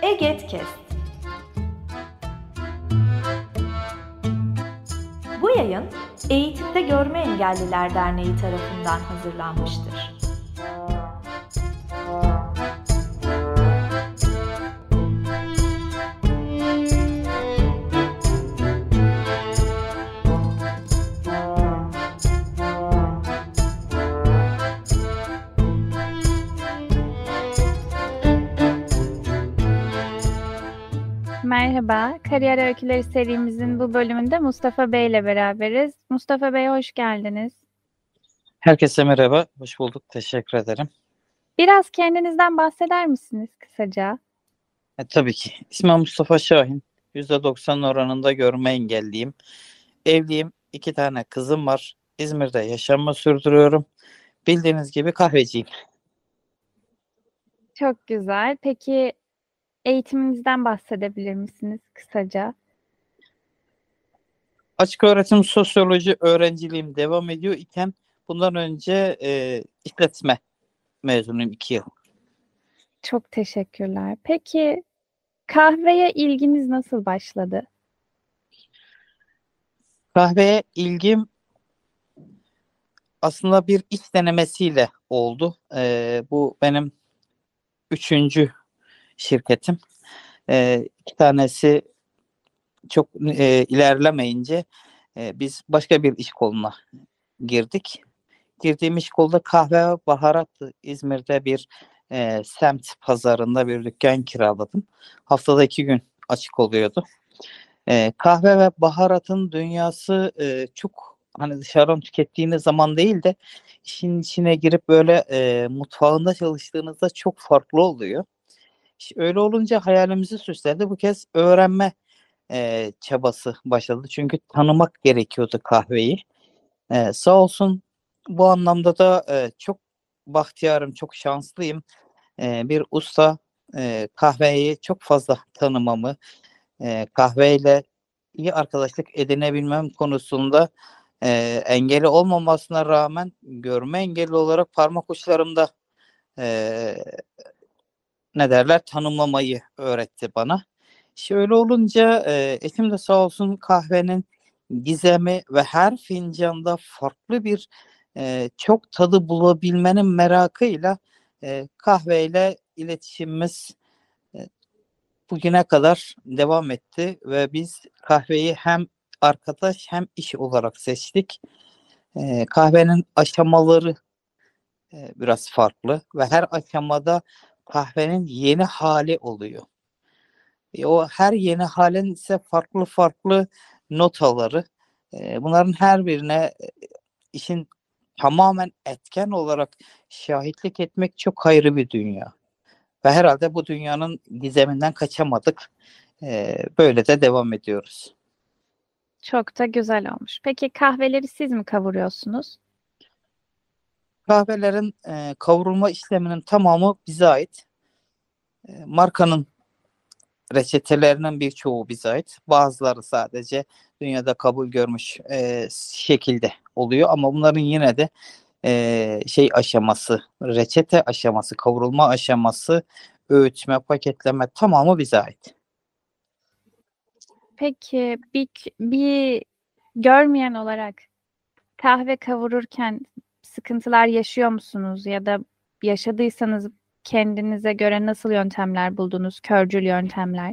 Egetkest. Bu yayın Eğitimde Görme Engelliler Derneği tarafından hazırlanmıştır. Merhaba, Kariyer Öyküleri serimizin bu bölümünde Mustafa Bey ile beraberiz. Mustafa Bey hoş geldiniz. Herkese merhaba, hoş bulduk. Teşekkür ederim. Biraz kendinizden bahseder misiniz kısaca? Tabii ki. İsmim Mustafa Şahin. %90 oranında görme engelliyim. Evliyim, 2 tane kızım var. İzmir'de yaşamımı sürdürüyorum. Bildiğiniz gibi kahveciyim. Çok güzel. Peki eğitiminizden bahsedebilir misiniz kısaca? Açık öğretim sosyoloji öğrenciliğim devam ediyor iken bundan önce işletme mezunuyum 2 yıl. Çok teşekkürler. Peki kahveye ilginiz nasıl başladı? Kahveye ilgim aslında bir iş denemesiyle oldu. Bu benim 3. şirketim. 2 tanesi çok ilerlemeyince biz başka bir iş koluna girdik. Girdiğim iş kolda kahve ve baharattı. İzmir'de bir semt pazarında bir dükkan kiraladım. Haftada 2 gün açık oluyordu. Kahve ve baharatın dünyası çok hani dışarıdan tükettiğiniz zaman değil de işin içine girip böyle mutfağında çalıştığınızda çok farklı oluyor. İşte öyle olunca hayalimizi süsledi. Bu kez öğrenme çabası başladı. Çünkü tanımak gerekiyordu kahveyi. Sağ olsun bu anlamda da çok bahtiyarım, çok şanslıyım. Bir usta kahveyi çok fazla tanımamı, kahveyle iyi arkadaşlık edinebilmem konusunda engeli olmamasına rağmen görme engelli olarak parmak uçlarımda tanımlamayı öğretti bana. Şöyle olunca eşim de sağ olsun kahvenin gizemi ve her fincanda farklı bir çok tadı bulabilmenin merakıyla kahveyle iletişimimiz bugüne kadar devam etti ve biz kahveyi hem arkadaş hem iş olarak seçtik. Kahvenin aşamaları biraz farklı ve her aşamada kahvenin yeni hali oluyor. O her yeni halin ise farklı farklı notaları. Bunların her birine işin tamamen etken olarak şahitlik etmek çok ayrı bir dünya. Ve herhalde bu dünyanın gizeminden kaçamadık. Böyle de devam ediyoruz. Çok da güzel olmuş. Peki kahveleri siz mi kavuruyorsunuz? Kahvelerin kavrulma işleminin tamamı bize ait. Markanın reçetelerinin birçoğu bize ait. Bazıları sadece dünyada kabul görmüş şekilde oluyor ama bunların yine de aşaması, reçete aşaması, kavrulma aşaması, öğütme, paketleme tamamı bize ait. Peki bir görmeyen olarak kahve kavururken sıkıntılar yaşıyor musunuz ya da yaşadıysanız kendinize göre nasıl yöntemler buldunuz, körcül yöntemler?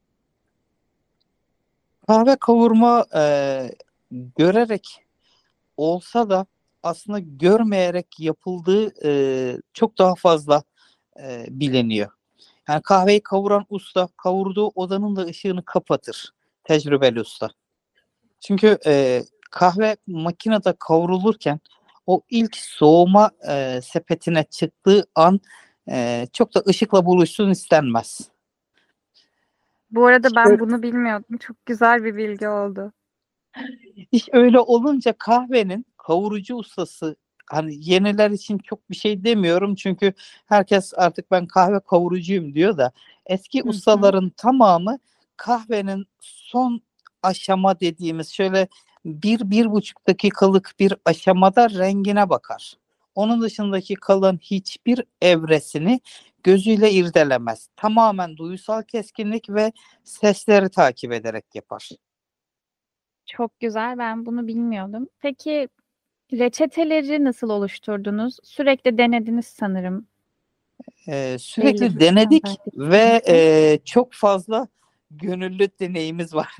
Kahve kavurma görerek olsa da aslında görmeyerek yapıldığı çok daha fazla biliniyor. Yani kahveyi kavuran usta kavurduğu odanın da ışığını kapatır. Tecrübeli usta. Çünkü kahve makinede kavrulurken o ilk soğuma sepetine çıktığı an çok da ışıkla buluşsun istenmez. Bu arada ben bunu bilmiyordum. Çok güzel bir bilgi oldu. İş öyle olunca kahvenin kavurucu ustası, hani yeniler için çok bir şey demiyorum çünkü herkes artık ben kahve kavurucuyum diyor da eski ustaların tamamı kahvenin son aşama dediğimiz şöyle 1-1,5 dakikalık bir aşamada rengine bakar. Onun dışındaki kalan hiçbir evresini gözüyle irdelemez. Tamamen duysal keskinlik ve sesleri takip ederek yapar. Çok güzel. Ben bunu bilmiyordum. Peki reçeteleri nasıl oluşturdunuz? Sürekli denediniz sanırım. Belli Sürekli bir denedik standart ve içinde. çok fazla gönüllü deneyimiz var.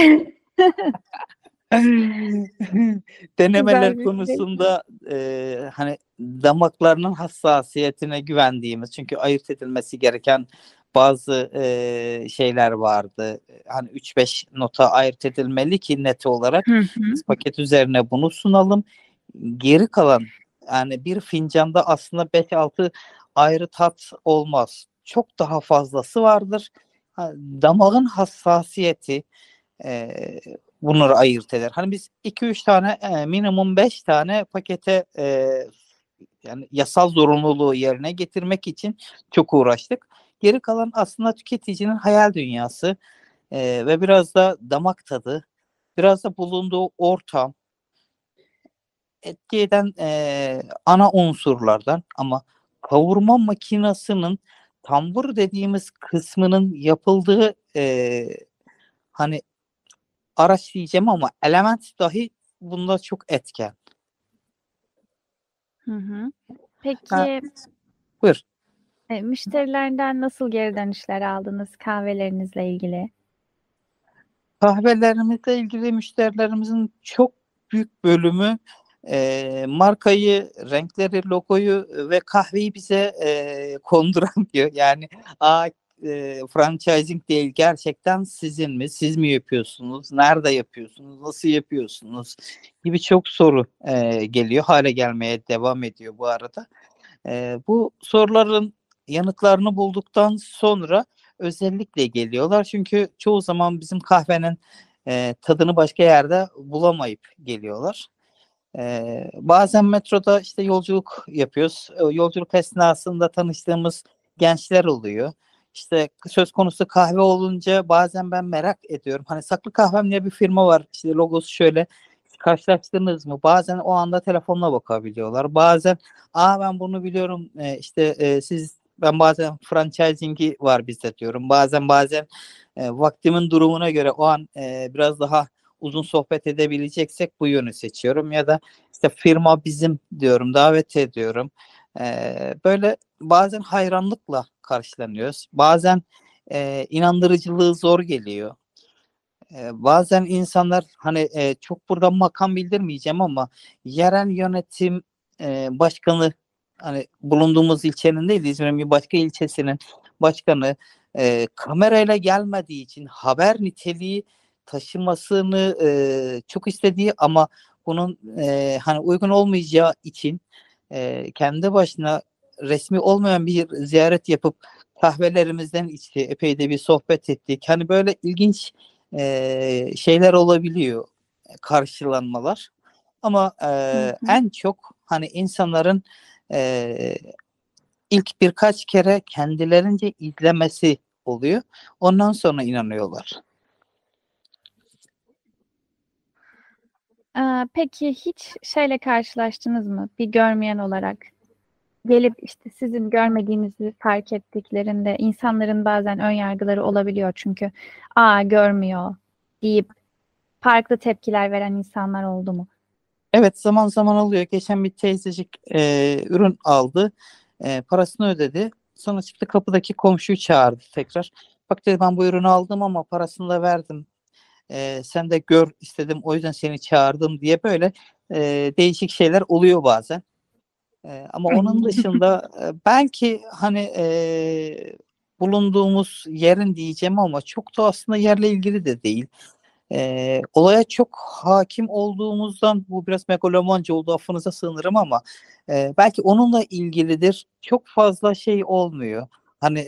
Denemeler Güzel bir şey. konusunda hani damaklarının hassasiyetine güvendiğimiz, çünkü ayırt edilmesi gereken bazı şeyler vardı. Hani 3-5 nota ayırt edilmeli ki net olarak Hı hı. biz paket üzerine bunu sunalım. Geri kalan, yani bir fincanda aslında 5-6 ayrı tat olmaz. Çok daha fazlası vardır. Damağın hassasiyeti e, bunları ayırt eder. Hani biz 2-3 tane minimum 5 tane pakete yani yasal zorunluluğu yerine getirmek için çok uğraştık. Geri kalan aslında tüketicinin hayal dünyası ve biraz da damak tadı, biraz da bulunduğu ortam, etki eden ana unsurlardan. Ama kavurma makinasının tambur dediğimiz kısmının yapıldığı hani araç diyeceğim ama element dahi bunda çok etken. Hı hı. Ha, Peki buyur. müşterilerden nasıl geri dönüşler aldınız kahvelerinizle ilgili? Kahvelerimizle ilgili müşterilerimizin çok büyük bölümü markayı, renkleri, logoyu ve kahveyi bize konduramıyor. Yani franchising değil, gerçekten sizin mi? Siz mi yapıyorsunuz? Nerede yapıyorsunuz? Nasıl yapıyorsunuz? Gibi çok soru geliyor. Hale gelmeye devam ediyor bu arada. Bu soruların yanıtlarını bulduktan sonra özellikle geliyorlar. Çünkü çoğu zaman bizim kahvenin tadını başka yerde bulamayıp geliyorlar. Bazen metroda işte yolculuk yapıyoruz. Yolculuk esnasında tanıştığımız gençler oluyor. İşte söz konusu kahve olunca bazen ben merak ediyorum. Hani Saklı Kahvem diye bir firma var. İşte logosu şöyle. Karşılaştınız mı? Bazen o anda telefonla bakabiliyorlar. Bazen ben bunu biliyorum. İşte ben bazen franchising'i var bizde diyorum. Bazen vaktimin durumuna göre o an biraz daha uzun sohbet edebileceksek bu yönü seçiyorum, ya da işte firma bizim diyorum, davet ediyorum. Böyle bazen hayranlıkla karşılanıyoruz. Bazen inandırıcılığı zor geliyor. Bazen insanlar hani çok buradan makam bildirmeyeceğim ama yerel yönetim başkanı, hani bulunduğumuz ilçenin değil, İzmir'in bir başka ilçesinin başkanı kamerayla gelmediği için haber niteliği taşımasını çok istediği ama bunun hani uygun olmayacağı için kendi başına resmi olmayan bir ziyaret yapıp kahvelerimizden içti, epey de bir sohbet ettik. Hani böyle ilginç şeyler olabiliyor, karşılanmalar. Ama Hı hı. en çok hani insanların e, ilk birkaç kere kendilerince izlemesi oluyor. Ondan sonra inanıyorlar. Peki hiç şeyle karşılaştınız mı? Bir görmeyen olarak gelip işte sizin görmediğinizi fark ettiklerinde insanların bazen ön yargıları olabiliyor çünkü görmüyor deyip farklı tepkiler veren insanlar oldu mu? Evet, zaman zaman oluyor. Geçen bir teyzecik ürün aldı. Parasını ödedi. Sonra çıktı, kapıdaki komşuyu çağırdı tekrar. Bak dedi, ben bu ürünü aldım ama parasını da verdim. Sen de gör istedim, o yüzden seni çağırdım diye böyle değişik şeyler oluyor bazen. Ama onun dışında belki hani bulunduğumuz yerin diyeceğim ama çok da aslında yerle ilgili de değil. Olaya çok hakim olduğumuzdan, bu biraz megalomanca oldu, affınıza sığınırım ama belki onunla ilgilidir. Çok fazla şey olmuyor. Hani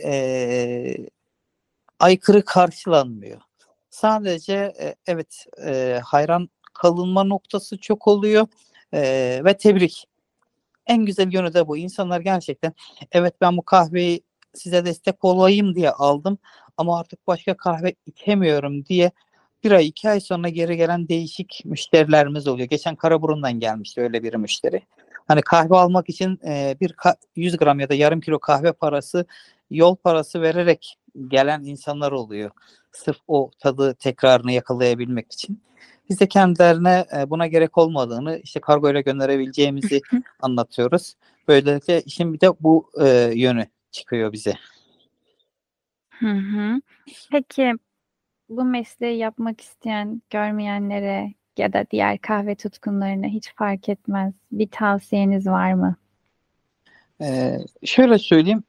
aykırı karşılanmıyor. Sadece evet, hayran kalınma noktası çok oluyor ve tebrik. En güzel yönü de bu. İnsanlar gerçekten, evet ben bu kahveyi size destek olayım diye aldım ama artık başka kahve içemiyorum diye 1 ay 2 ay sonra geri gelen değişik müşterilerimiz oluyor. Geçen Karaburun'dan gelmişti öyle bir müşteri. Hani kahve almak için 100 gram ya da yarım kilo kahve parası, yol parası vererek gelen insanlar oluyor. Sırf o tadı tekrarını yakalayabilmek için. Biz de kendilerine buna gerek olmadığını, işte kargo ile gönderebileceğimizi anlatıyoruz. Böylelikle işin bir de bu yönü çıkıyor bize. Hı hı. Peki bu mesleği yapmak isteyen görmeyenlere ya da diğer kahve tutkunlarına hiç fark etmez. Bir tavsiyeniz var mı? Şöyle söyleyeyim,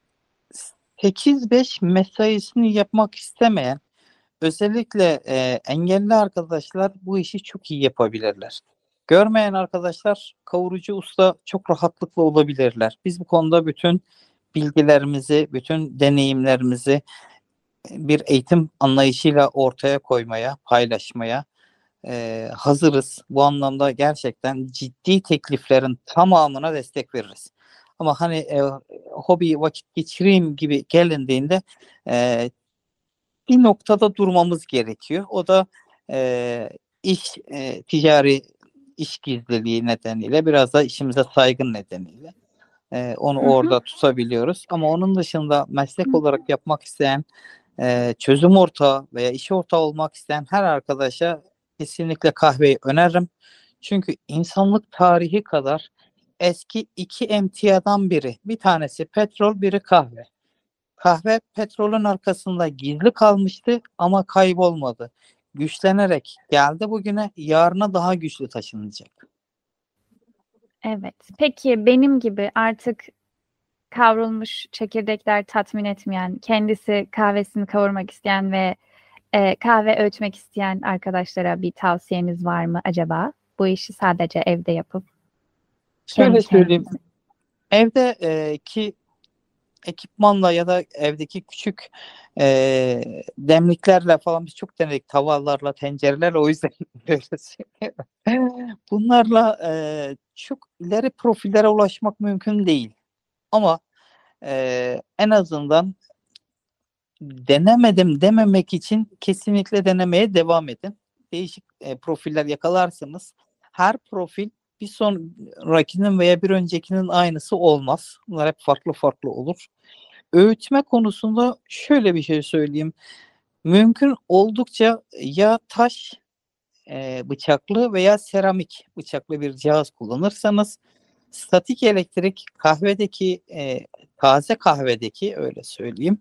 8-5 mesaisini yapmak istemeyen, özellikle engelli arkadaşlar bu işi çok iyi yapabilirler. Görmeyen arkadaşlar kavurucu usta çok rahatlıkla olabilirler. Biz bu konuda bütün bilgilerimizi, bütün deneyimlerimizi bir eğitim anlayışıyla ortaya koymaya, paylaşmaya hazırız. Bu anlamda gerçekten ciddi tekliflerin tamamına destek veririz. Ama hani hobi vakit geçireyim gibi gelindiğinde e, bir noktada durmamız gerekiyor. O da ticari iş gizliliği nedeniyle, biraz da işimize saygın nedeniyle onu Hı hı. orada tutabiliyoruz. Ama onun dışında meslek olarak yapmak isteyen, çözüm ortağı veya iş ortağı olmak isteyen her arkadaşa kesinlikle kahveyi öneririm. Çünkü insanlık tarihi kadar eski iki emtiadan biri. Bir tanesi petrol, biri kahve. Kahve petrolün arkasında gizli kalmıştı ama kaybolmadı. Güçlenerek geldi bugüne, yarına daha güçlü taşınacak. Evet. Peki benim gibi artık kavrulmuş çekirdekler tatmin etmeyen, kendisi kahvesini kavurmak isteyen ve kahve öğütmek isteyen arkadaşlara bir tavsiyeniz var mı acaba? Bu işi sadece evde yapıp kendi Şöyle söyleyeyim, kendinize. evdeki ekipmanla ya da evdeki küçük demliklerle falan biz çok denedik. Tavalarla, tencerelerle, o yüzden böyle söylüyorum. Bunlarla çok ileri profillere ulaşmak mümkün değil. Ama en azından denemedim dememek için kesinlikle denemeye devam edin. Değişik profiller yakalarsınız. Her profil bir sonrakinin veya bir öncekinin aynısı olmaz. Bunlar hep farklı farklı olur. Öğütme konusunda şöyle bir şey söyleyeyim. Mümkün oldukça ya taş bıçaklı veya seramik bıçaklı bir cihaz kullanırsanız, statik elektrik kahvedeki taze kahvedeki, öyle söyleyeyim,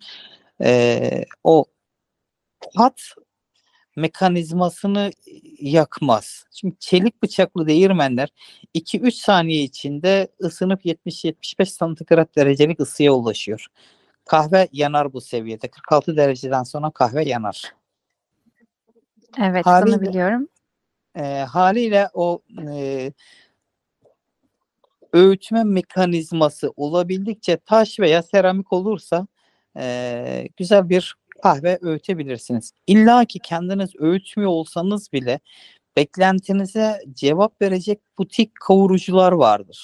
o kat mekanizmasını yakmaz. Şimdi çelik bıçaklı değirmenler 2-3 saniye içinde ısınıp 70-75 santigrat derecelik ısıya ulaşıyor. Kahve yanar bu seviyede. 46 dereceden sonra kahve yanar. Evet, bunu Haliyle, biliyorum. haliyle o öğütme mekanizması olabildikçe taş veya seramik olursa güzel bir kahve öğütebilirsiniz. İlla ki kendiniz öğütmüyor olsanız bile beklentinize cevap verecek butik kavurucular vardır.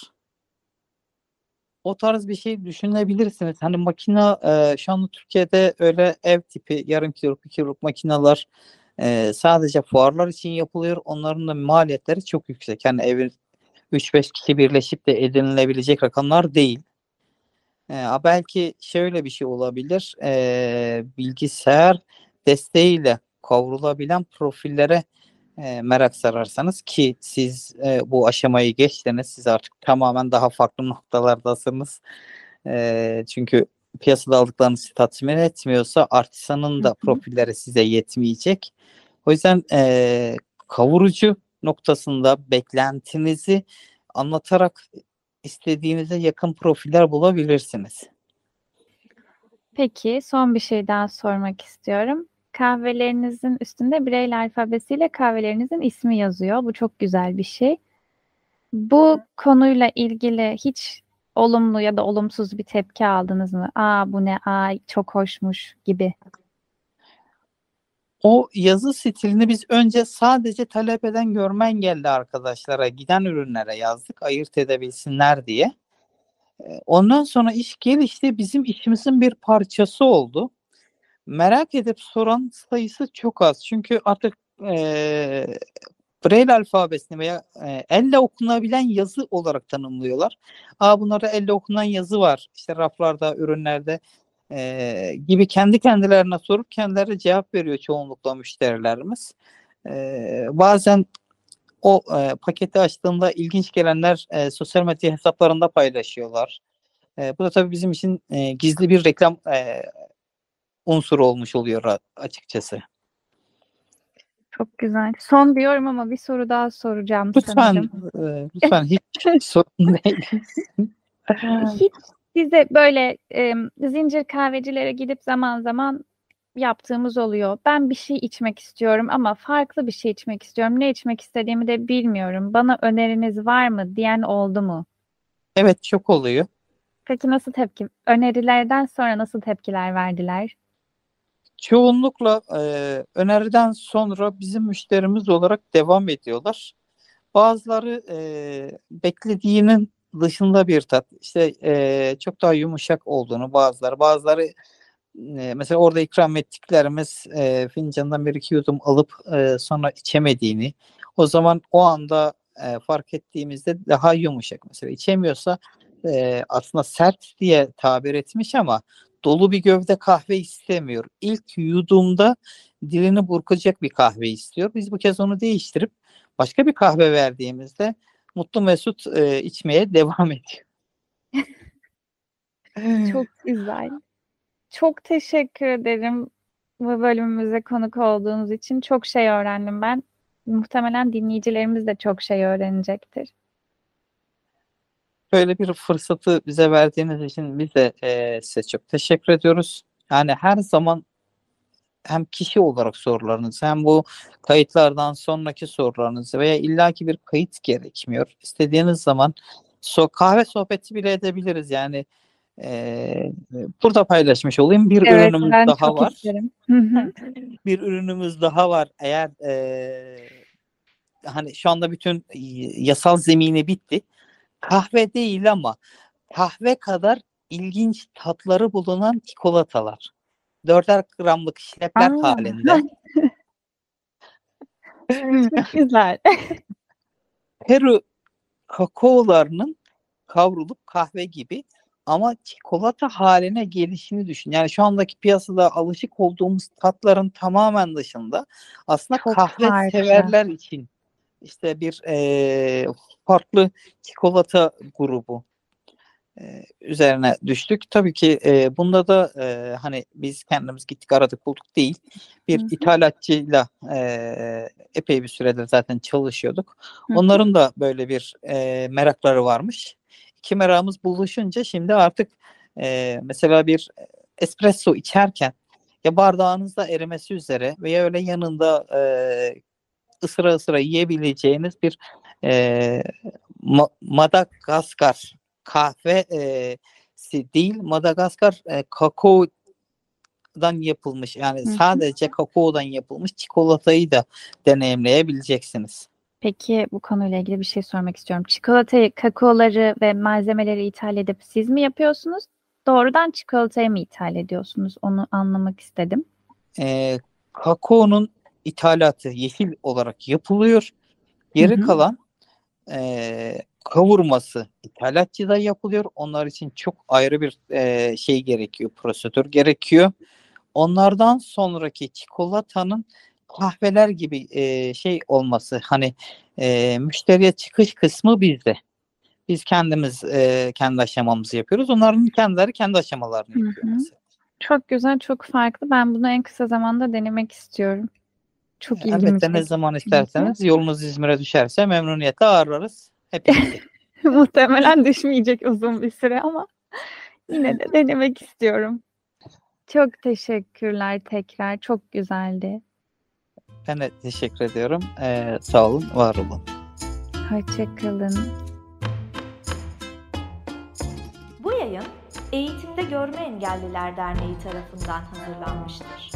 O tarz bir şey düşünebilirsiniz. Hani makina şu anda Türkiye'de öyle ev tipi yarım kiloluk, 2 kiloluk makineler sadece fuarlar için yapılıyor. Onların da maliyetleri çok yüksek. Yani evin 3-5 kişi birleşip de edinilebilecek rakamlar değil. Belki şöyle bir şey olabilir. Bilgisayar desteğiyle kavrulabilen profillere merak sararsanız, ki siz bu aşamayı geçtiniz. Siz artık tamamen daha farklı noktalardasınız. Çünkü piyasada aldıklarınız sizi tatmin etmiyorsa artisanın Hı da hı. profilleri size yetmeyecek. O yüzden kavurucu noktasında beklentinizi anlatarak istediğinize yakın profiller bulabilirsiniz. Peki son bir şey daha sormak istiyorum. Kahvelerinizin üstünde Braille alfabesiyle kahvelerinizin ismi yazıyor. Bu çok güzel bir şey. Bu konuyla ilgili hiç olumlu ya da olumsuz bir tepki aldınız mı? Aa bu ne? Aa çok hoşmuş gibi. O yazı stilini biz önce sadece talep eden görme engelli arkadaşlara, giden ürünlere yazdık, ayırt edebilsinler diye. Ondan sonra iş gelişti, bizim işimizin bir parçası oldu. Merak edip soran sayısı çok az. Çünkü artık Braille alfabesini veya elle okunabilen yazı olarak tanımlıyorlar. Bunlarda elle okunan yazı var. İşte raflarda, ürünlerde gibi kendi kendilerine sorup kendileri cevap veriyor çoğunlukla müşterilerimiz. Bazen o paketi açtığında ilginç gelenler sosyal medya hesaplarında paylaşıyorlar. Bu da tabii bizim için gizli bir reklam unsuru olmuş oluyor açıkçası. Çok güzel. Son diyorum ama bir soru daha soracağım Lütfen, sanırım. lütfen hiç sorun değil. Hiç size böyle zincir kahvecilere gidip zaman zaman yaptığımız oluyor. Ben bir şey içmek istiyorum ama farklı bir şey içmek istiyorum. Ne içmek istediğimi de bilmiyorum. Bana öneriniz var mı diyen oldu mu? Evet, çok oluyor. Peki nasıl tepki? Önerilerden sonra nasıl tepkiler verdiler? Çoğunlukla öneriden sonra bizim müşterimiz olarak devam ediyorlar. Bazıları beklediğinin dışında bir tat. İşte çok daha yumuşak olduğunu bazıları mesela orada ikram ettiklerimiz fincandan bir iki yudum alıp sonra içemediğini, o zaman o anda fark ettiğimizde daha yumuşak. Mesela içemiyorsa aslında sert diye tabir etmiş ama dolu bir gövde kahve istemiyor. İlk yudumda dilini burkacak bir kahve istiyor. Biz bu kez onu değiştirip başka bir kahve verdiğimizde mutlu mesut içmeye devam ediyor. Çok güzel. Çok teşekkür ederim bu bölümümüze konuk olduğunuz için. Çok şey öğrendim ben. Muhtemelen dinleyicilerimiz de çok şey öğrenecektir. Böyle bir fırsatı bize verdiğiniz için biz de size çok teşekkür ediyoruz. Yani her zaman hem kişi olarak sorularınız hem bu kayıtlardan sonraki sorularınız veya illaki bir kayıt gerekmiyor. İstediğiniz zaman kahve sohbeti bile edebiliriz. Yani burada paylaşmış olayım. Bir Evet, ürünümüz ben daha çok var. isterim. Hı hı. Bir ürünümüz daha var. Eğer hani şu anda bütün yasal zemini bitti. Kahve değil ama kahve kadar ilginç tatları bulunan çikolatalar. 4'er gramlık şişepler halinde. Çok güzel. Peru kakaolarının kavrulup kahve gibi ama çikolata haline gelişini düşün. Yani şu andaki piyasada alışık olduğumuz tatların tamamen dışında aslında Çok kahve harika. severler için işte bir farklı çikolata grubu üzerine düştük. Tabii ki bunda da hani biz kendimiz gittik aradık bulduk değil. Bir Hı hı. ithalatçıyla epey bir süredir zaten çalışıyorduk. Hı hı. Onların da böyle bir merakları varmış. İki merakımız buluşunca şimdi artık mesela bir espresso içerken ya bardağınızda erimesi üzere veya öyle yanında ısıra ısıra yiyebileceğiniz bir Madagaskar kahvesi değil, Madagaskar kakaodan yapılmış, yani Hı hı. sadece kakaodan yapılmış çikolatayı da deneyimleyebileceksiniz. Peki bu konuyla ilgili bir şey sormak istiyorum. Çikolatayı, kakaoları ve malzemeleri ithal edip siz mi yapıyorsunuz? Doğrudan çikolatayı mı ithal ediyorsunuz? Onu anlamak istedim. Kakaonun ithalatı yeşil olarak yapılıyor. Hı Geri hı. kalan kavurması ithalatçıda yapılıyor. Onlar için çok ayrı bir şey gerekiyor, prosedür gerekiyor. Onlardan sonraki çikolatanın kahveler gibi şey olması, hani müşteriye çıkış kısmı bizde. Biz kendimiz kendi aşamamızı yapıyoruz. Onların kendileri kendi aşamalarını Hı yapıyor hı. mesela. Çok güzel, çok farklı. Ben bunu en kısa zamanda denemek istiyorum. Çok ilgimi Elbette ne çekti zaman çünkü. isterseniz, yolunuz İzmir'e düşerse memnuniyetle ağırlarız hepinizi. Muhtemelen düşmeyecek uzun bir süre ama yine de denemek istiyorum. Çok teşekkürler tekrar. Çok güzeldi. Ben de teşekkür ediyorum. Sağ olun, var olun. Hoşça kalın. Bu yayın Eğitimde Görme Engelliler Derneği tarafından hazırlanmıştır.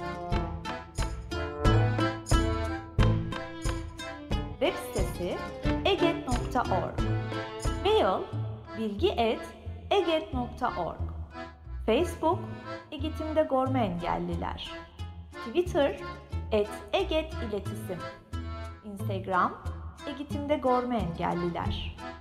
Web sitesi eget.org. Mail bilgi@eget.org. Facebook Eğitimde Görme Engelliler. Twitter @eget İletisim. Instagram, Eğitimde Görme Engelliler.